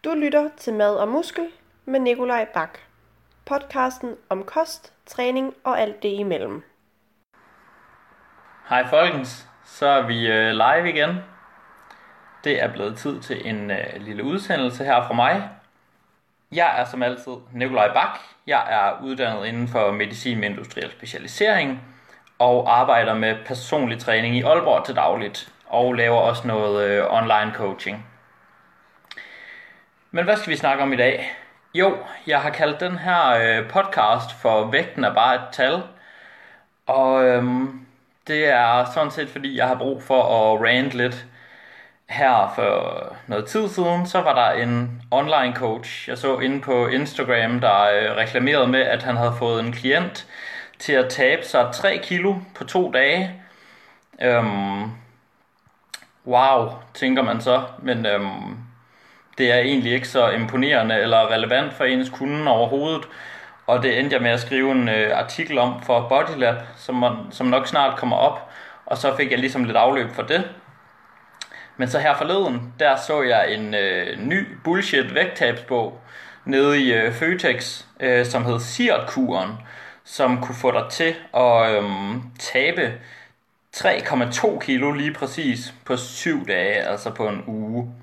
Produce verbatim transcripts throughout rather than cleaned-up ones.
Du lytter til Mad og Muskel med Nikolaj Bak. Podcasten om kost, træning og alt det imellem. Hej folkens, så er vi øh, live igen. Det er blevet tid til en øh, lille udsendelse her fra mig. Jeg er som altid Nikolaj Bak. Jeg er uddannet inden for medicin med industriel specialisering og arbejder med personlig træning i Aalborg til dagligt og laver også noget øh, online coaching. Men hvad skal vi snakke om i dag? Jo, jeg har kaldt den her øh, podcast for Vægten er bare et tal. Og øhm, det er sådan set fordi jeg har brug for at rant lidt. Her for noget tid siden, så var der en online coach, jeg så inde på Instagram, der øh, reklamerede med, at han havde fået en klient til at tabe sig tre kilo på to dage. Øhm, wow, tænker man så, men øhm, det er egentlig ikke så imponerende eller relevant for ens kunde overhovedet. Og det endte jeg med at skrive en øh, artikel om for Bodylab, som, man, som nok snart kommer op. Og så fik jeg ligesom lidt afløb for det. Men så her forleden, der så jeg en øh, ny bullshit vægttabsbog nede i øh, Føtex, øh, som hed SIRT-kuren, som kunne få dig til at øh, tabe tre komma to kilo lige præcis på syv dage, altså på en uge.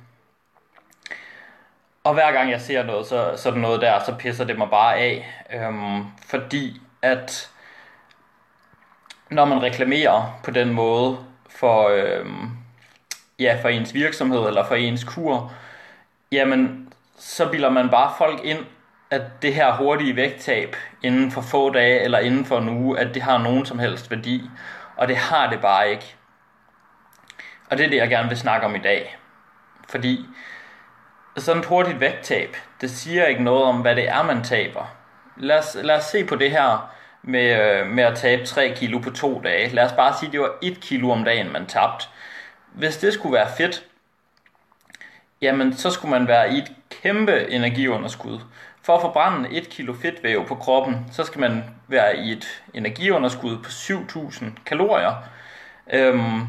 Og hver gang jeg ser noget, så sådan noget der, så pisser det mig bare af, øhm, fordi at når man reklamerer på den måde for, øhm, ja, for ens virksomhed eller for ens kur, jamen så bilder man bare folk ind, at det her hurtige vægttab inden for få dage eller inden for en uge, at det har nogen som helst værdi, og det har det bare ikke. Og det er det, jeg gerne vil snakke om i dag, fordi sådan et hurtigt vægttab, det siger ikke noget om, hvad det er, man taber. Lad os, lad os se på det her med, øh, med at tabe tre kilo på to dage. Lad os bare sige, at det var et kilo om dagen, man tabte. Hvis det skulle være fedt, jamen så skulle man være i et kæmpe energiunderskud. For at forbrænde et kilo fedtvæv på kroppen, så skal man være i et energiunderskud på syv tusind kalorier. Øhm,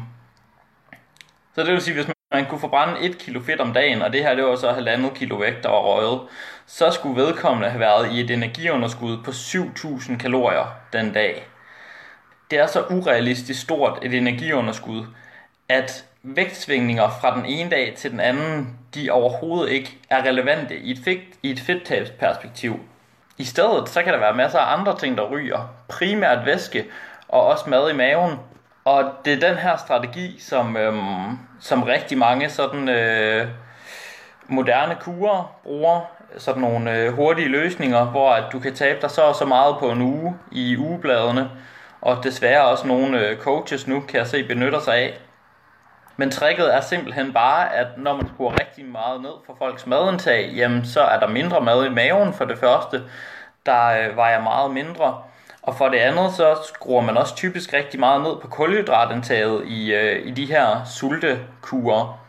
så det vil sige, hvis man man kunne forbrænde et kilo fedt om dagen, og det her det var så halvandet kilo vægt, der var røget, så skulle vedkommende have været i et energiunderskud på syv tusind kalorier den dag. Det er så urealistisk stort et energiunderskud, at vægtsvingninger fra den ene dag til den anden, de overhovedet ikke er relevante i et, fedt, i et fedttabsperspektiv. I stedet så kan der være masser af andre ting, der ryger, primært væske og også mad i maven. Og det er den her strategi, som, øhm, som rigtig mange sådan, øh, moderne kurer bruger. Sådan nogle øh, hurtige løsninger, hvor at du kan tabe dig så og så meget på en uge i ugebladene. Og desværre også nogle øh, coaches nu, kan jeg se, benytter sig af. Men tricket er simpelthen bare, at når man skruer rigtig meget ned for folks madindtag, jamen så er der mindre mad i maven for det første. Der øh, vejer meget mindre. Og for det andet, så skruer man også typisk rigtig meget ned på kulhydratindtaget i, øh, i de her sultekurer.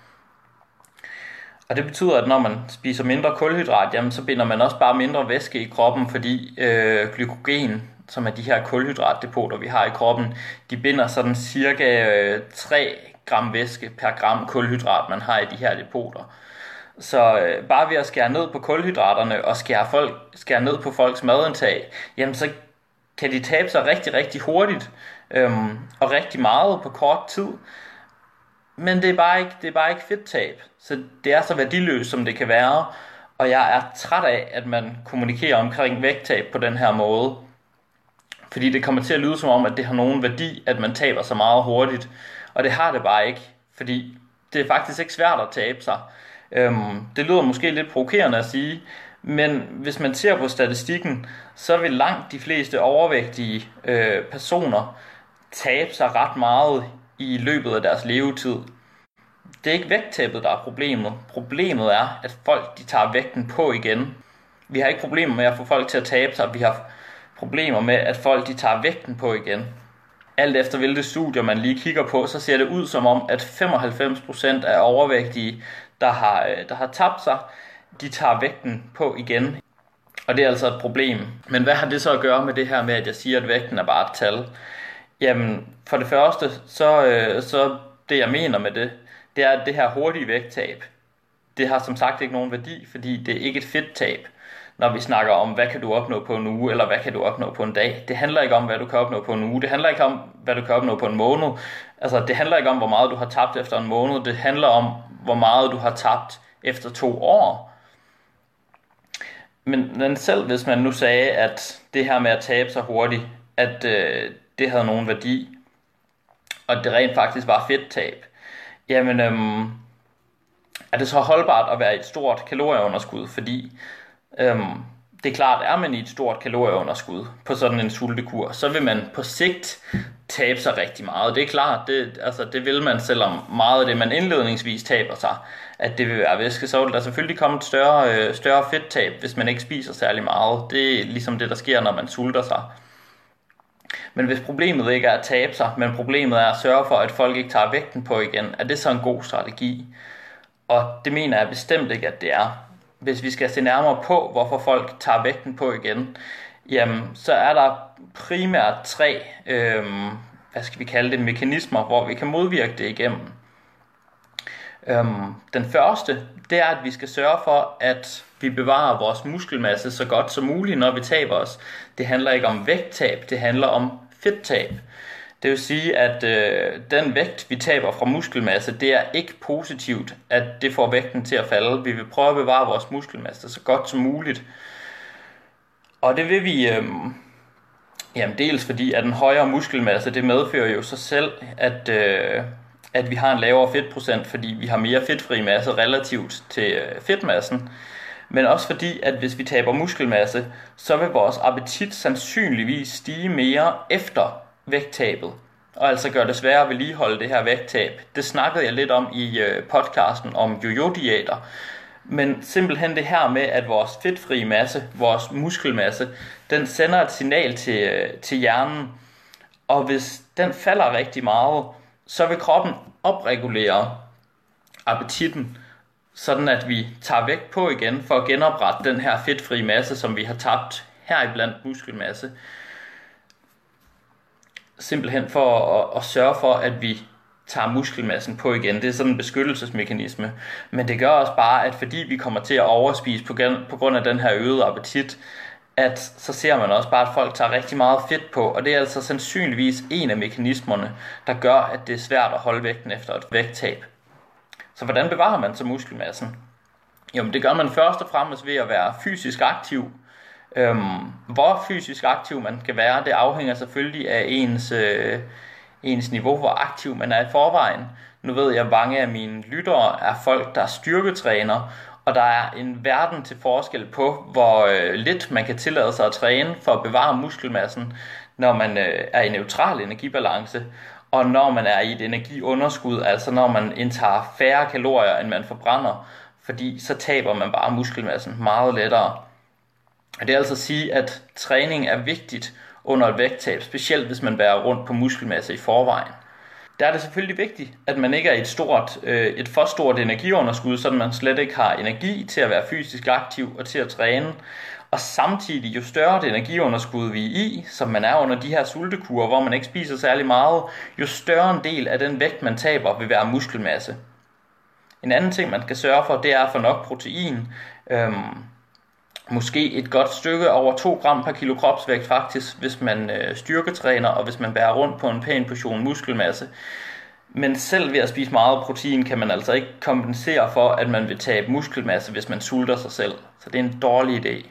Og det betyder, at når man spiser mindre kulhydrat, jamen, så binder man også bare mindre væske i kroppen, fordi øh, glykogen, som er de her kulhydratdepoter, vi har i kroppen, de binder sådan cirka øh, tre gram væske per gram kulhydrat, man har i de her depoter. Så øh, bare ved at skære ned på kulhydraterne og skære, folk, skære ned på folks madindtag, jamen så kan de tabe sig rigtig, rigtig hurtigt øhm, og rigtig meget på kort tid. Men det er bare ikke, det er bare ikke fedttab. Så det er så værdiløst, som det kan være. Og jeg er træt af, at man kommunikerer omkring vægttab på den her måde. Fordi det kommer til at lyde som om, at det har nogen værdi, at man taber så meget hurtigt. Og det har det bare ikke. Fordi det er faktisk ikke svært at tabe sig. Øhm, det lyder måske lidt provokerende at sige, men hvis man ser på statistikken, så vil langt de fleste overvægtige øh, personer tabe sig ret meget i løbet af deres levetid. Det er ikke vægttabet, der er problemet. Problemet er, at folk de tager vægten på igen. Vi har ikke problemer med at få folk til at tabe sig. Vi har problemer med, at folk de tager vægten på igen. Alt efter hvilke studier man lige kigger på, så ser det ud som om, at femoghalvfems procent af overvægtige, der har, der har tabt sig, de tager vægten på igen. Og det er altså et problem. Men hvad har det så at gøre med det her med, at jeg siger, at vægten er bare et tal? Jamen, for det første, så, øh, så det jeg mener med det, det er, at det her hurtige vægttab, det har som sagt ikke nogen værdi, fordi det er ikke et fedttab, når vi snakker om, hvad kan du opnå på en uge, eller hvad kan du opnå på en dag. Det handler ikke om, hvad du kan opnå på en uge. Det handler ikke om, hvad du kan opnå på en måned. Altså, det handler ikke om, hvor meget du har tabt efter en måned. Det handler om, hvor meget du har tabt efter to år. Men, men selv hvis man nu sagde, at det her med at tabe sig hurtigt, at øh, det havde nogen værdi, og det rent faktisk var fedttab, jamen øhm, er det så holdbart at være i et stort kalorieunderskud, fordi øhm, det er klart, er man i et stort kalorieunderskud på sådan en sultekur, så vil man på sigt tabe sig rigtig meget. Det er klart, det, altså, det vil man, selvom meget af det, man indledningsvis taber sig, at det vil være væske, så vil der selvfølgelig komme et større, øh, større fedttab, hvis man ikke spiser særlig meget. Det er ligesom det, der sker, når man sulter sig. Men hvis problemet ikke er at tabe sig, men problemet er at sørge for, at folk ikke tager vægten på igen, er det så en god strategi? Og det mener jeg bestemt ikke, at det er. Hvis vi skal se nærmere på, hvorfor folk tager vægten på igen, jamen, så er der primært tre, øh, hvad skal vi kalde det, mekanismer, hvor vi kan modvirke det igennem. Øhm, den første, det er, at vi skal sørge for, at vi bevarer vores muskelmasse så godt som muligt, når vi taber os. Det handler ikke om vægttab, det handler om fedttab. Det vil sige, at øh, den vægt, vi taber fra muskelmasse, det er ikke positivt, at det får vægten til at falde. Vi vil prøve at bevare vores muskelmasse så godt som muligt. Og det vil vi, øh, jamen dels fordi, at en højere muskelmasse, det medfører jo sig selv, at... Øh, at vi har en lavere fedtprocent, fordi vi har mere fedtfri masse relativt til fedtmassen. Men også fordi, at hvis vi taber muskelmasse, så vil vores appetit sandsynligvis stige mere efter vægttabet. Og altså gøre det sværere at vedligeholde det her vægttab. Det snakkede jeg lidt om i podcasten om jojo-diæter. Men simpelthen det her med, at vores fedtfri masse, vores muskelmasse, den sender et signal til, til hjernen. Og hvis den falder rigtig meget, så vil kroppen opregulere appetitten, sådan at vi tager vægt på igen for at genoprette den her fedtfri masse, som vi har tabt heriblandt muskelmasse. Simpelthen for at, at sørge for, at vi tager muskelmassen på igen. Det er sådan en beskyttelsesmekanisme. Men det gør også bare, at fordi vi kommer til at overspise på, på grund af den her øgede appetit, at så ser man også bare, at folk tager rigtig meget fedt på, og det er altså sandsynligvis en af mekanismerne, der gør, at det er svært at holde vægten efter et vægttab. Så hvordan bevarer man så muskelmassen? Jo, men det gør man først og fremmest ved at være fysisk aktiv. Øhm, hvor fysisk aktiv man kan være, det afhænger selvfølgelig af ens, øh, ens niveau, hvor aktiv man er i forvejen. Nu ved jeg, at mange af mine lyttere er folk, der er styrketræner, og der er en verden til forskel på, hvor øh, lidt man kan tillade sig at træne for at bevare muskelmassen, når man øh, er i neutral energibalance, og når man er i et energiunderskud, altså når man indtager færre kalorier, end man forbrænder, fordi så taber man bare muskelmassen meget lettere. Og det er altså at sige, at træning er vigtigt under et vægttab, specielt hvis man bærer rundt på muskelmasse i forvejen. Der er det selvfølgelig vigtigt, at man ikke er i et, stort, øh, et for stort energiunderskud, så man slet ikke har energi til at være fysisk aktiv og til at træne. Og samtidig, jo større det energiunderskud vi er i, som man er under de her sultekurer, hvor man ikke spiser særlig meget, jo større en del af den vægt, man taber, vil være muskelmasse. En anden ting, man skal sørge for, det er at få nok protein. Øhm, Måske et godt stykke over to gram per kilo kropsvægt faktisk, hvis man øh, styrketræner og hvis man bærer rundt på en pæn portion muskelmasse. Men selv ved at spise meget protein kan man altså ikke kompensere for, at man vil tabe muskelmasse, hvis man sulter sig selv. Så det er en dårlig idé.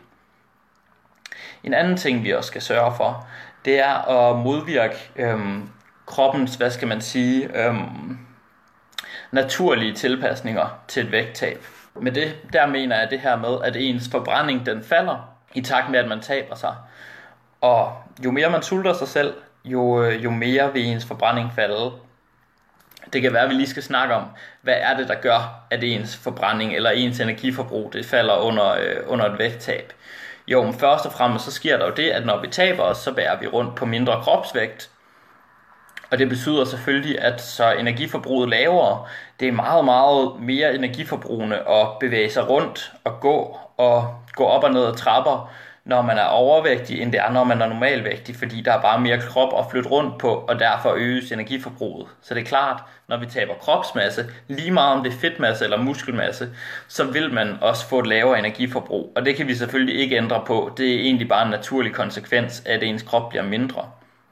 En anden ting, vi også skal sørge for, det er at modvirke øhm, kroppens, hvad skal man sige, øhm, naturlige tilpasninger til et vægttab. Med det, der mener jeg det her med, at ens forbrænding den falder i takt med, at man taber sig. Og jo mere man sulter sig selv, jo, jo mere vil ens forbrænding falde. Det kan være, at vi lige skal snakke om, hvad er det, der gør, at ens forbrænding eller ens energiforbrug det falder under, øh, under et vægttab. Jo, men først og fremmest så sker der jo det, at når vi taber os, så bærer vi rundt på mindre kropsvægt. Og det betyder selvfølgelig, at så energiforbruget lavere. Det er meget, meget mere energiforbrugende at bevæge sig rundt og gå og gå op og ned ad trapper, når man er overvægtig, end det er, når man er normalvægtig, fordi der er bare mere krop at flytte rundt på, og derfor øges energiforbruget. Så det er klart, når vi taber kropsmasse, lige meget om det er fedtmasse eller muskelmasse, så vil man også få et lavere energiforbrug, og det kan vi selvfølgelig ikke ændre på. Det er egentlig bare en naturlig konsekvens af, at ens krop bliver mindre.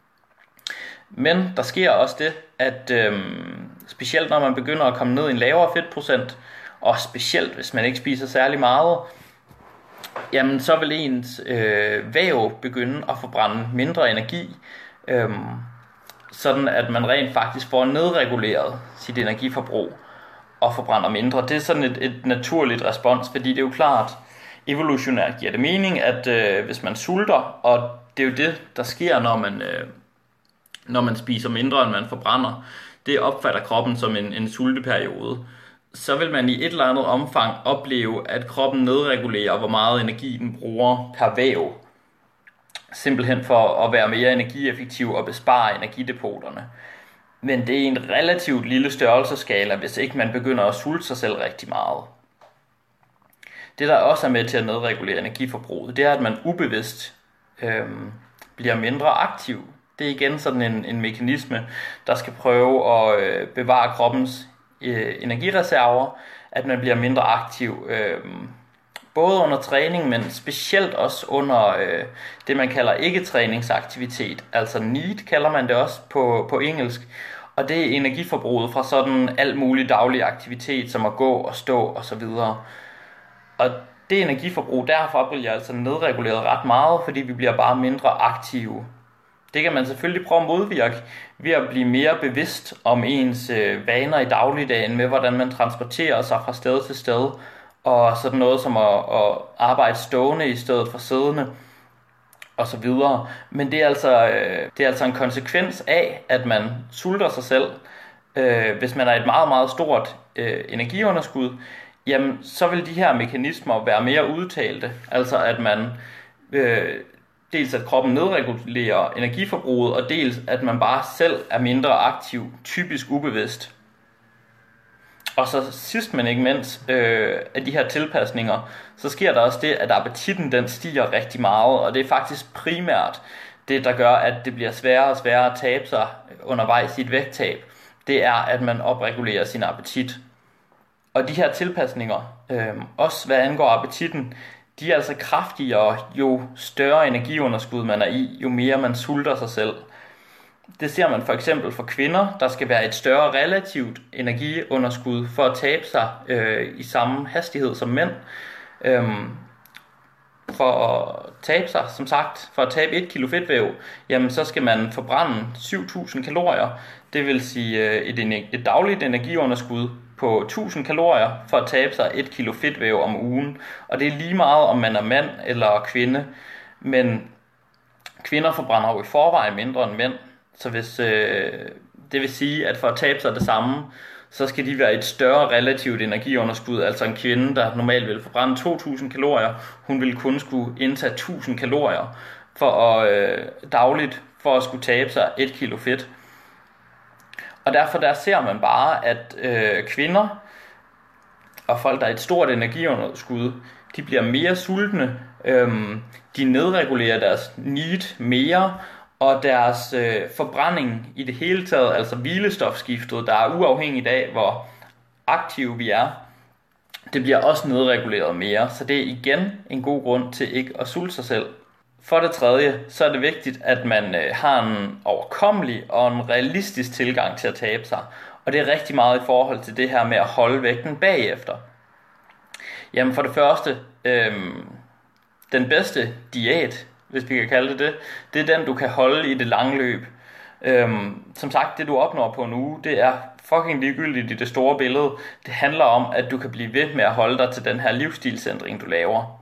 Men der sker også det, at øhm, specielt når man begynder at komme ned i en lavere fedtprocent, og specielt hvis man ikke spiser særlig meget, jamen så vil ens øh, væv begynde at forbrænde mindre energi, øhm, sådan at man rent faktisk får nedreguleret sit energiforbrug og forbrænder mindre. Det er sådan et, et naturligt respons, fordi det er jo klart, evolutionært giver det mening, at øh, hvis man sulter, og det er jo det, der sker, når man, øh, når man spiser mindre, end man forbrænder, det opfatter kroppen som en, en sulteperiode, så vil man i et eller andet omfang opleve, at kroppen nedregulerer, hvor meget energi den bruger per væv. Simpelthen for at være mere energieffektiv og bespare energidepoterne. Men det er en relativt lille størrelsesskala, hvis ikke man begynder at sulte sig selv rigtig meget. Det, der også er med til at nedregulere energiforbruget, det er, at man ubevidst øhm, bliver mindre aktiv. Det er igen sådan en, en mekanisme, der skal prøve at øh, bevare kroppens øh, energireserver, at man bliver mindre aktiv, øh, både under træning, men specielt også under øh, det, man kalder ikke-træningsaktivitet, altså need kalder man det også på, på engelsk, og det er energiforbruget fra sådan alt mulig daglig aktivitet, som at gå og stå og så videre. Og det energiforbrug derfor bliver altså nedreguleret ret meget, fordi vi bliver bare mindre aktive. Det kan man selvfølgelig prøve at modvirke ved at blive mere bevidst om ens øh, vaner i dagligdagen med, hvordan man transporterer sig fra sted til sted, og sådan noget som at, at arbejde stående i stedet for siddende, og så videre. Men det er altså, øh, det er altså en konsekvens af, at man sulter sig selv. Øh, hvis man er et meget, meget stort øh, energiunderskud, jamen så vil de her mekanismer være mere udtalte. Altså at man øh, dels at kroppen nedregulerer energiforbruget, og dels at man bare selv er mindre aktiv, typisk ubevidst. Og så sidst men ikke mindst øh, af de her tilpasninger, så sker der også det, at appetitten den stiger rigtig meget, og det er faktisk primært det, der gør, at det bliver sværere og sværere at tabe sig undervejs i et vægttab. Det er, at man opregulerer sin appetit. Og de her tilpasninger, øh, også hvad angår appetitten, de er altså kraftigere, jo større energiunderskud man er i, jo mere man sulter sig selv. Det ser man for eksempel for kvinder, der skal være et større relativt energiunderskud for at tabe sig øh, i samme hastighed som mænd. Øhm, for at tabe sig, som sagt, for at tabe et kilo fedtvæv, jamen så skal man forbrænde syv tusind kalorier. Det vil sige øh, et, et dagligt energiunderskud på tusind kalorier for at tabe sig et kilo fedtvæv om ugen. Og det er lige meget, om man er mand eller kvinde. Men kvinder forbrænder jo i forvejen mindre end mænd. Så hvis, øh, det vil sige, at for at tabe sig det samme, så skal de være et større relativt energiunderskud. Altså en kvinde, der normalt vil forbrænde to tusind kalorier, hun vil kun skulle indtage tusind kalorier for at, øh, dagligt for at skulle tabe sig et kilo fedt. Og derfor der ser man bare, at øh, kvinder og folk, der er et stort energiunderskud, de bliver mere sultne, øhm, de nedregulerer deres need mere, og deres øh, forbrænding i det hele taget, altså hvilestofskiftet, der er uafhængigt af, hvor aktive vi er, det bliver også nedreguleret mere. Så det er igen en god grund til ikke at sulte sig selv. For det tredje, så er det vigtigt, at man øh, har en overkommelig og en realistisk tilgang til at tabe sig. Og det er rigtig meget i forhold til det her med at holde vægten bagefter. Jamen for det første, øh, den bedste diæt, hvis vi kan kalde det det, det er den, du kan holde i det lange løb. Øhm, som sagt, det du opnår på en uge, det er fucking ligegyldigt i det store billede. Det handler om, at du kan blive ved med at holde dig til den her livsstilsændring, du laver.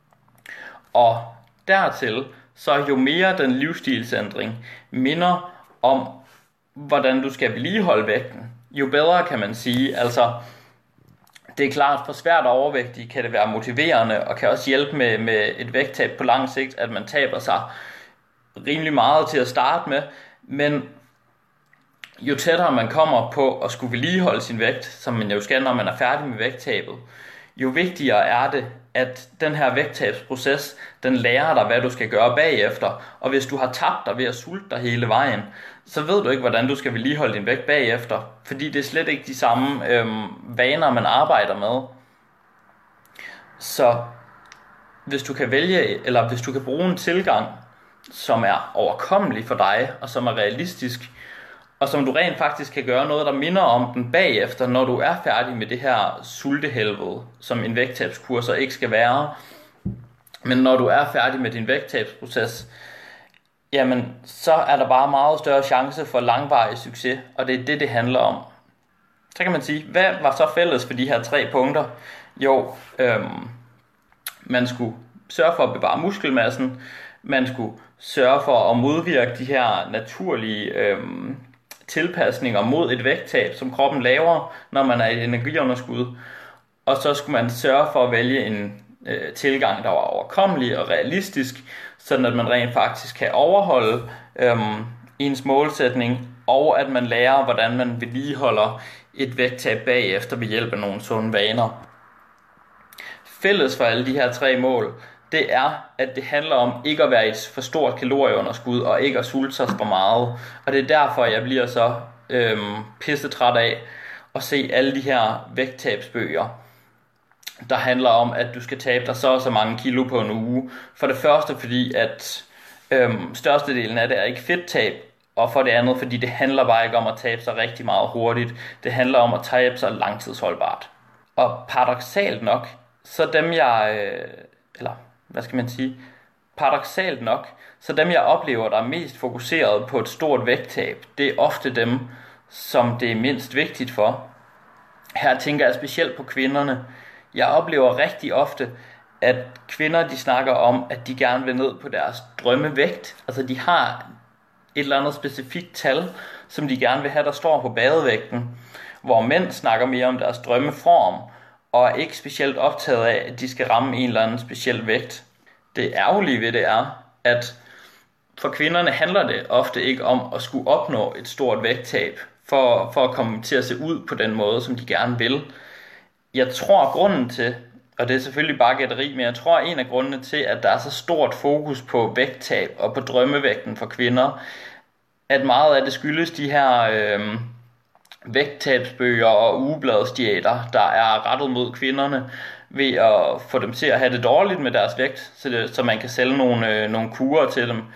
Og dertil, så jo mere den livsstilsændring minder om, hvordan du skal vedligeholde vægten, jo bedre kan man sige. Altså, det er klart, for svært og overvægtige kan det være motiverende, og kan også hjælpe med, med et vægttab på lang sigt, at man taber sig rimelig meget til at starte med. Men jo tættere man kommer på at skulle vedligeholde sin vægt, som man jo skal, når man er færdig med vægttabet, jo vigtigere er det, at den her vægttabsproces, den lærer dig, hvad du skal gøre bagefter. Og hvis du har tabt dig ved at sulte dig hele vejen, så ved du ikke, hvordan du skal vedligeholde din vægt bagefter. Fordi det er slet ikke de samme øhm, vaner, man arbejder med. Så hvis du kan vælge, eller hvis du kan bruge en tilgang, som er overkommelig for dig, og som er realistisk, og som du rent faktisk kan gøre noget, der minder om den bagefter, når du er færdig med det her sultehelvede, som en vægttabskurser ikke skal være. Men når du er færdig med din vægttabsproces, jamen så er der bare meget større chance for langvarig succes, og det er det, det handler om. Så kan man sige, hvad var så fælles for de her tre punkter? Jo, øhm, man skulle sørge for at bevare muskelmassen, man skulle sørge for at modvirke de her naturlige øhm, tilpasninger mod et vægttab, som kroppen laver, når man er i et energiunderskud. Og så skulle man sørge for at vælge en øh, tilgang, der var overkommelig og realistisk, sådan at man rent faktisk kan overholde øhm, ens målsætning, og at man lærer, hvordan man vedligeholder et vægttab bagefter ved hjælp af nogle sunde vaner. Fælles for alle de her tre mål, det er, at det handler om ikke at være et for stort kalorieunderskud, og ikke at sulte sig for meget. Og det er derfor, jeg bliver så øhm, pissetræt af at se alle de her vægttabsbøger, der handler om, at du skal tabe dig så og så mange kilo på en uge. For det første, fordi at øhm, størstedelen af det er ikke fedttab, og for det andet, fordi det handler bare ikke om at tabe sig rigtig meget hurtigt. Det handler om at tabe sig langtidsholdbart. Og paradoksalt nok, så dem jeg, øh, eller hvad skal man sige, paradoksalt nok, så dem jeg oplever, der er mest fokuseret på et stort vægttab, det er ofte dem, som det er mindst vigtigt for. Her tænker jeg specielt på kvinderne. Jeg oplever rigtig ofte, at kvinder de snakker om, at de gerne vil ned på deres drømmevægt. Altså de har et eller andet specifikt tal, som de gerne vil have, der står på badevægten. Hvor mænd snakker mere om deres drømmeform, og er ikke specielt optaget af, at de skal ramme en eller anden speciel vægt. Det ærgerlige ved det er, at for kvinderne handler det ofte ikke om at skulle opnå et stort vægttab, for, for at komme til at se ud på den måde, som de gerne vil. Jeg tror grunden til, og det er selvfølgelig bare gætteri, men jeg tror en af grundene til, at der er så stort fokus på vægttab og på drømmevægten for kvinder, at meget af det skyldes de her øh, vægttabsbøger og ugebladsdiæter, der er rettet mod kvinderne, ved at få dem til at have det dårligt med deres vægt, så, det, så man kan sælge nogle, øh, nogle kurer til dem.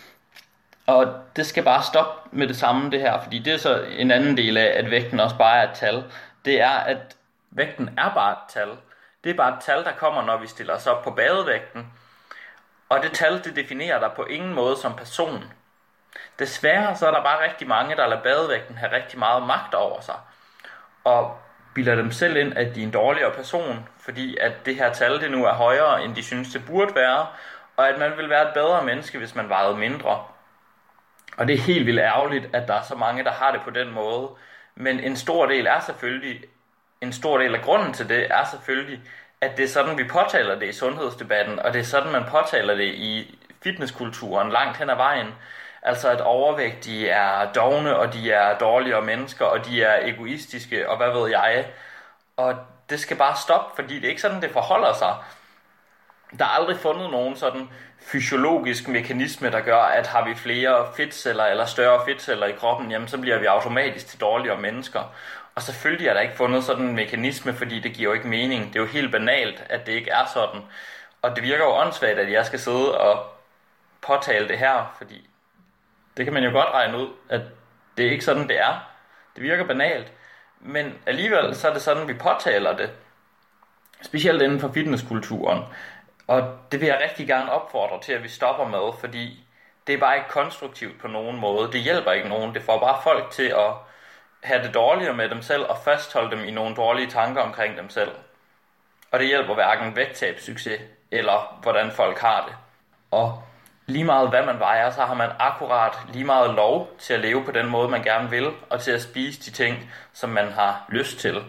Og det skal bare stoppe med det samme det her, fordi det er så en anden del af, at vægten også bare er et tal. Det er, at vægten er bare et tal. Det er bare et tal, der kommer, når vi stiller os op på badevægten. Og det tal, det definerer dig på ingen måde som person. Desværre så er der bare rigtig mange, der lader badevægten have rigtig meget magt over sig. Og bilder dem selv ind, at de er en dårligere person, fordi at det her tal, det nu er højere, end de synes, det burde være. Og at man vil være et bedre menneske, hvis man vejede mindre. Og det er helt vildt ærgerligt, at der er så mange, der har det på den måde. Men en stor del er selvfølgelig, en stor del af grunden til det er selvfølgelig, at det er sådan, vi påtaler det i sundhedsdebatten, og det er sådan, man påtaler det i fitnesskulturen langt hen ad vejen. Altså at overvægtige er dovne, og de er dårligere mennesker, og de er egoistiske, og hvad ved jeg. Og det skal bare stoppe, fordi det er ikke sådan, det forholder sig. Der er aldrig fundet nogen sådan fysiologisk mekanisme, der gør, at har vi flere fedtceller eller større fedtceller i kroppen, jamen så bliver vi automatisk til dårligere mennesker. Og selvfølgelig er der ikke fundet sådan en mekanisme, fordi det giver jo ikke mening. Det er jo helt banalt, at det ikke er sådan. Og det virker jo åndssvagt, at jeg skal sidde og påtale det her, fordi det kan man jo godt regne ud, at det er ikke sådan, det er. Det virker banalt. Men alligevel så er det sådan, vi påtaler det. Specielt inden for fitnesskulturen. Og det vil jeg rigtig gerne opfordre til, at vi stopper med, fordi det er bare ikke konstruktivt på nogen måde. Det hjælper ikke nogen. Det får bare folk til at have det dårligere med dem selv og fastholde dem i nogle dårlige tanker omkring dem selv. Og det hjælper hverken vægttabssucces eller hvordan folk har det. Og lige meget hvad man vejer, så har man akkurat lige meget lov til at leve på den måde, man gerne vil, og til at spise de ting, som man har lyst til.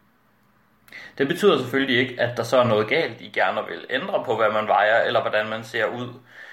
Det betyder selvfølgelig ikke, at der så er noget galt, I gerne vil ændre på, hvad man vejer, eller hvordan man ser ud.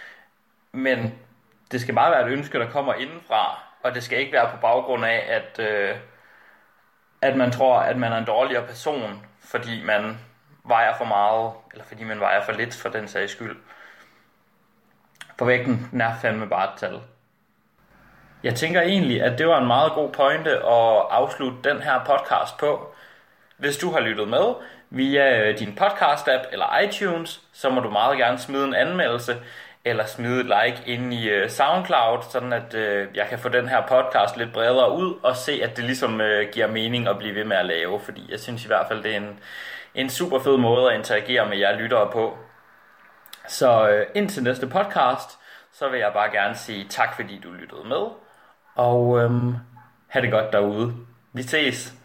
Men det skal bare være et ønske, der kommer indenfra, og det skal ikke være på baggrund af, at, øh, at man tror, at man er en dårligere person, fordi man vejer for meget, eller fordi man vejer for lidt for den sags skyld. For vægten, den er fandme bare et tal. Jeg tænker egentlig, at det var en meget god pointe at afslutte den her podcast på. Hvis du har lyttet med via din podcast-app eller iTunes, så må du meget gerne smide en anmeldelse eller smide et like inde i SoundCloud, sådan at jeg kan få den her podcast lidt bredere ud og se, at det ligesom giver mening at blive ved med at lave, fordi jeg synes i hvert fald, det er en, en super fed måde at interagere med jer lyttere på. Så indtil næste podcast, så vil jeg bare gerne sige tak, fordi du lyttede med. Og øhm, ha' det godt derude. Vi ses.